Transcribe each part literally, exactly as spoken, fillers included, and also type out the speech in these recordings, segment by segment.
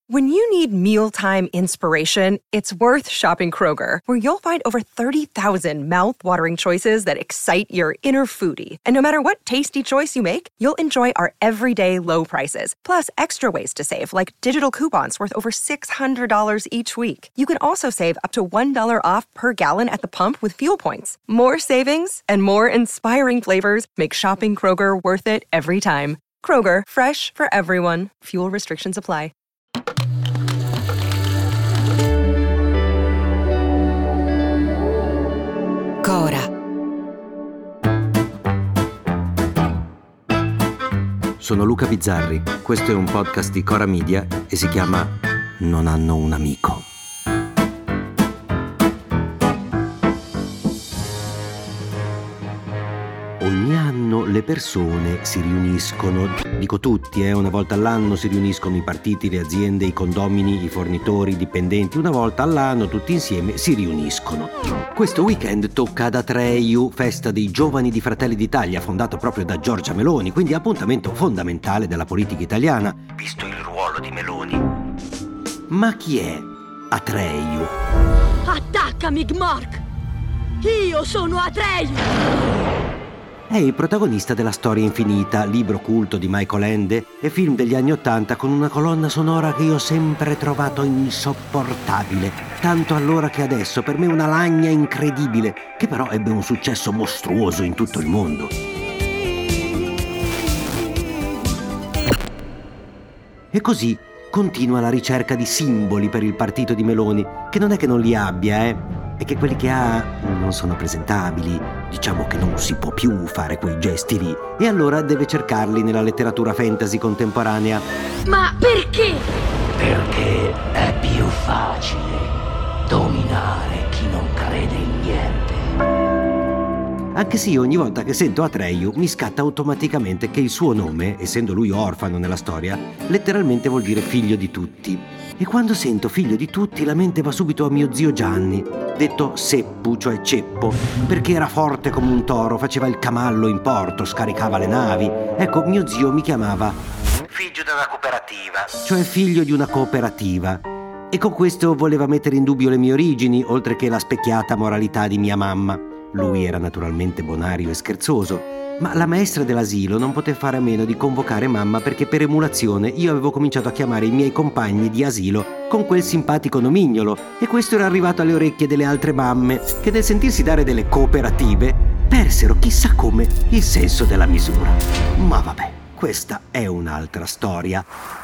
When you need mealtime inspiration, it's worth shopping Kroger, where you'll find over thirty thousand mouth-watering choices that excite your inner foodie. And no matter what tasty choice you make, you'll enjoy our everyday low prices, plus extra ways to save, like digital coupons worth over six hundred dollars each week. You can also save up to one dollar off per gallon at the pump with fuel points. More savings and more inspiring flavors make shopping Kroger worth it every time. Kroger, fresh for everyone. Fuel restrictions apply. Cora. Sono Luca Bizzarri, questo è un podcast di Cora Media e si chiama Non hanno un amico. Ogni anno le persone si riuniscono, dico tutti, eh, una volta all'anno si riuniscono i partiti, le aziende, i condomini, i fornitori, i dipendenti, una volta all'anno tutti insieme si riuniscono. Questo weekend tocca ad Atreju, festa dei giovani di Fratelli d'Italia, fondato proprio da Giorgia Meloni, quindi appuntamento fondamentale della politica italiana, visto il ruolo di Meloni. Ma chi è Atreju? Attaccami, Gmork! Io sono Atreju! È il protagonista della Storia Infinita, libro culto di Michael Ende e film degli anni Ottanta con una colonna sonora che io ho sempre trovato insopportabile, tanto allora che adesso, per me una lagna incredibile, che però ebbe un successo mostruoso in tutto il mondo. E così continua la ricerca di simboli per il partito di Meloni, che non è che non li abbia, eh, è che quelli che ha non sono presentabili, diciamo che non si può più fare quei gesti lì, e allora deve cercarli nella letteratura fantasy contemporanea. Ma perché? Perché è più facile dominare chi non crede in niente. Anche se io ogni volta che sento Atreju mi scatta automaticamente che il suo nome, essendo lui orfano nella storia, letteralmente vuol dire figlio di tutti. E quando sento figlio di tutti la mente va subito a mio zio Gianni, detto Seppu, cioè Ceppo, perché era forte come un toro, faceva il camallo in porto, scaricava le navi. Ecco, mio zio mi chiamava figlio di una cooperativa, cioè figlio di una cooperativa. E con questo voleva mettere in dubbio le mie origini, oltre che la specchiata moralità di mia mamma. Lui era naturalmente bonario e scherzoso, ma la maestra dell'asilo non poté fare a meno di convocare mamma perché per emulazione io avevo cominciato a chiamare i miei compagni di asilo con quel simpatico nomignolo, e questo era arrivato alle orecchie delle altre mamme che, nel sentirsi dare delle cooperative, persero chissà come il senso della misura. Ma vabbè, questa è un'altra storia.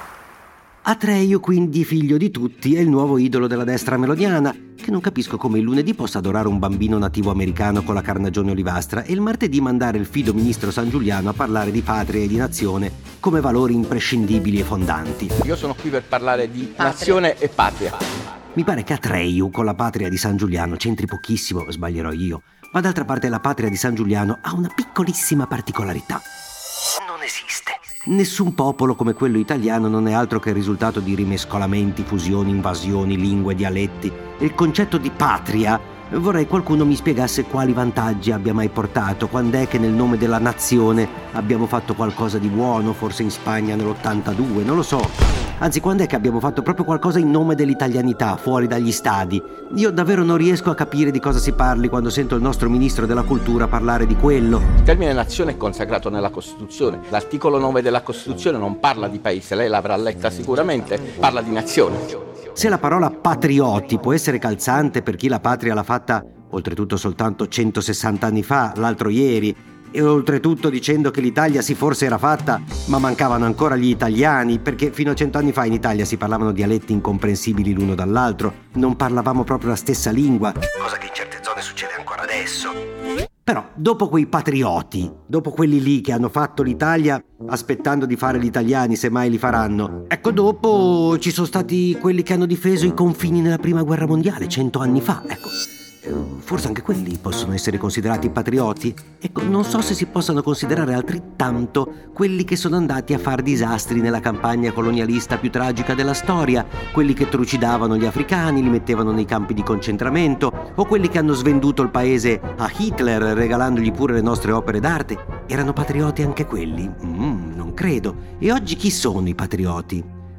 Atreju, quindi figlio di tutti, è il nuovo idolo della destra meloniana, che non capisco come il lunedì possa adorare un bambino nativo americano con la carnagione olivastra e il martedì mandare il fido ministro San Giuliano a parlare di patria e di nazione come valori imprescindibili e fondanti. Io sono qui per parlare di patria. Nazione e patria. Mi pare che Atreju con la patria di San Giuliano c'entri pochissimo, sbaglierò io, ma d'altra parte la patria di San Giuliano ha una piccolissima particolarità. Non esiste. Nessun popolo come quello italiano non è altro che il risultato di rimescolamenti, fusioni, invasioni, lingue, dialetti. E il concetto di patria, vorrei qualcuno mi spiegasse quali vantaggi abbia mai portato, quando è che nel nome della nazione abbiamo fatto qualcosa di buono, forse in Spagna nell'ottantadue, non lo so. Anzi, quando è che abbiamo fatto proprio qualcosa in nome dell'italianità, fuori dagli stadi? Io davvero non riesco a capire di cosa si parli quando sento il nostro ministro della cultura parlare di quello. Il termine nazione è consacrato nella Costituzione. L'articolo nove della Costituzione non parla di paese, lei l'avrà letta sicuramente, parla di nazione. Se la parola patrioti può essere calzante per chi la patria l'ha fatta, oltretutto soltanto centosessanta anni fa, l'altro ieri, e oltretutto dicendo che l'Italia sì forse era fatta, ma mancavano ancora gli italiani, perché fino a cento anni fa in Italia si parlavano dialetti incomprensibili l'uno dall'altro, non parlavamo proprio la stessa lingua, cosa che in certe zone succede ancora adesso. Però dopo quei patrioti, dopo quelli lì che hanno fatto l'Italia aspettando di fare gli italiani se mai li faranno, ecco, dopo ci sono stati quelli che hanno difeso i confini nella prima guerra mondiale cento anni fa, ecco. Forse anche quelli possono essere considerati patrioti? Ecco, non so se si possano considerare altrettanto quelli che sono andati a far disastri nella campagna colonialista più tragica della storia, quelli che trucidavano gli africani, li mettevano nei campi di concentramento, o quelli che hanno svenduto il paese a Hitler regalandogli pure le nostre opere d'arte. Erano patrioti anche quelli? Mm, non credo. E oggi chi sono i patrioti?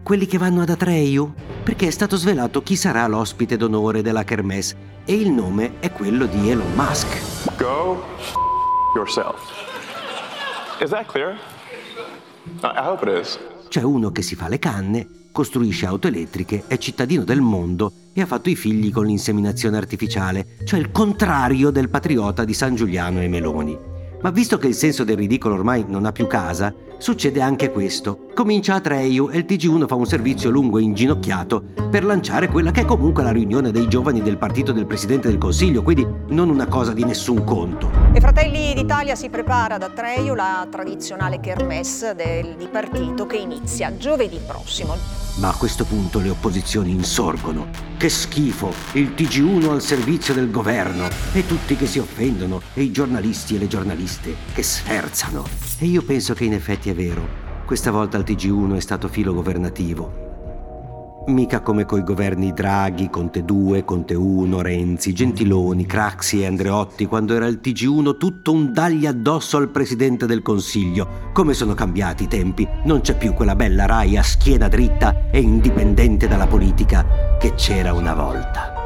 quelli che vanno ad Atreyu, perché è stato svelato chi sarà l'ospite d'onore della kermesse e il nome è quello di Elon Musk. Go yourself. Is that clear? I hope it is. C'è uno che si fa le canne, costruisce auto elettriche, è cittadino del mondo e ha fatto i figli con l'inseminazione artificiale, cioè il contrario del patriota di San Giuliano e Meloni. Ma visto che il senso del ridicolo ormai non ha più casa, succede anche questo. Comincia Atreyu e il T G uno fa un servizio lungo e inginocchiato per lanciare quella che è comunque la riunione dei giovani del partito del Presidente del Consiglio, quindi non una cosa di nessun conto. E Fratelli d'Italia si prepara ad Atreyu la tradizionale kermesse del di partito che inizia giovedì prossimo. Ma a questo punto le opposizioni insorgono. Che schifo, il T G uno al servizio del governo, e tutti che si offendono, e i giornalisti e le giornaliste che scherzano. E io penso che in effetti è vero, questa volta il T G uno è stato filo governativo. Mica come coi governi Draghi, Conte due, Conte uno, Renzi, Gentiloni, Craxi e Andreotti, quando era il T G uno tutto un dagli addosso al Presidente del Consiglio. Come sono cambiati i tempi, non c'è più quella bella Rai a schiena dritta e indipendente dalla politica che c'era una volta.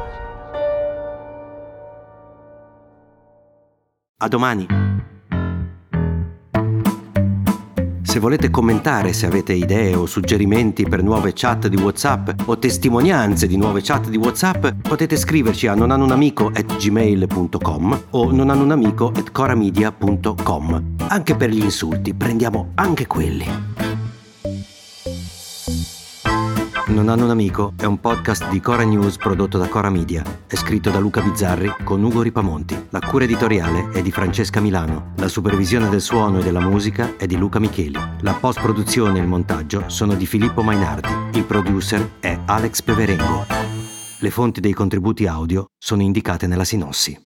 A domani! Se volete commentare, se avete idee o suggerimenti per nuove chat di WhatsApp o testimonianze di nuove chat di WhatsApp, potete scriverci a nonhanunamico at gmail punto com o nonhanunamico at coramedia punto com. Anche per gli insulti, prendiamo anche quelli. Non hanno un amico è un podcast di Cora News prodotto da Cora Media. È scritto da Luca Bizzarri con Ugo Ripamonti. La cura editoriale è di Francesca Milano. La supervisione del suono e della musica è di Luca Micheli. La post-produzione e il montaggio sono di Filippo Mainardi. Il producer è Alex Peverengo. Le fonti dei contributi audio sono indicate nella sinossi.